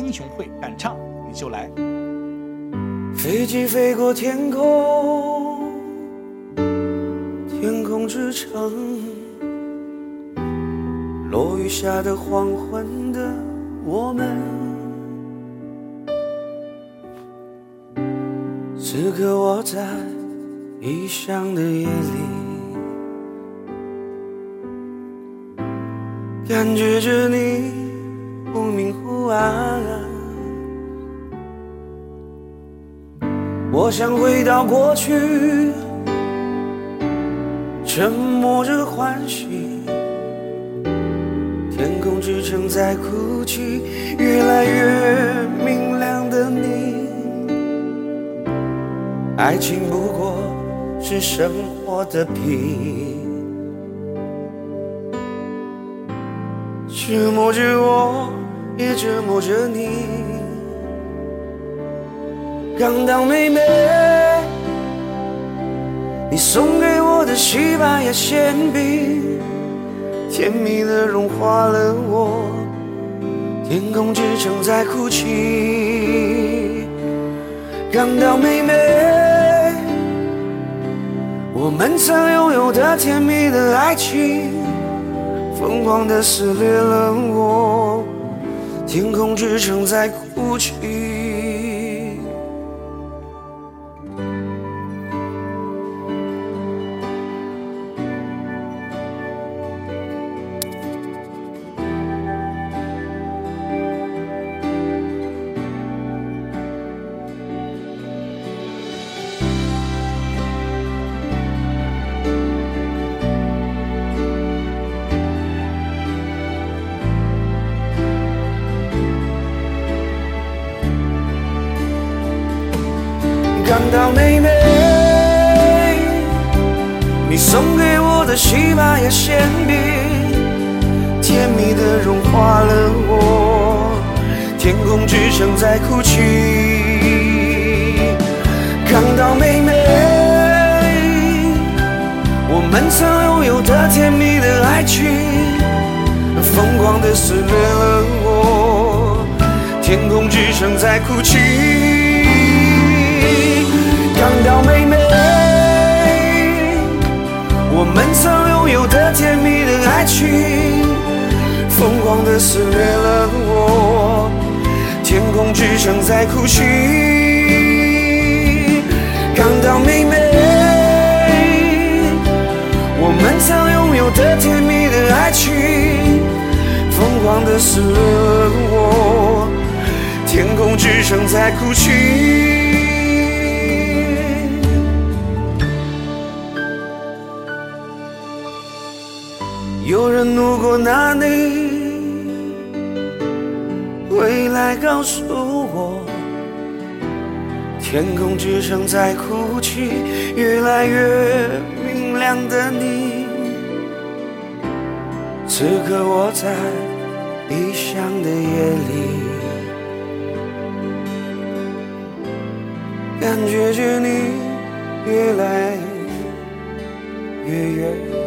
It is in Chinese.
英雄会，敢唱你就来。 飞机飞过天空，天空之城，落雨下的黄昏的我们，此刻我在异乡的夜里，感觉着你忽明忽暗。我想回到过去，沉默着欢喜，天空之城在哭泣，越来越明亮的你，爱情不过是生活的皮，折磨着我，也折磨着你。刚当妹妹，你送给我的西班牙馅饼，甜蜜地融化了我。天空之城在哭泣。刚当妹妹，我们曾拥有的甜蜜的爱情，疯狂地撕裂了我。天空之城在哭泣。刚当妹妹，你送给我的西班牙馅饼，甜蜜地融化了我。天空之城在哭泣。刚当妹妹，我们曾拥有的甜蜜的爱情，疯狂地撕裂了我。天空之城在哭泣。刚当妹妹，我们曾拥有的甜蜜的爱情，疯狂地撕裂了我。天空之城在哭泣。刚当妹妹，我们曾拥有的甜蜜的爱情，疯狂地撕裂了我。天空之城在哭泣。有人路过那里，回来告诉我，天空之城在哭泣，越来越明亮的你，此刻我在异乡的夜里，感觉着你越来越远。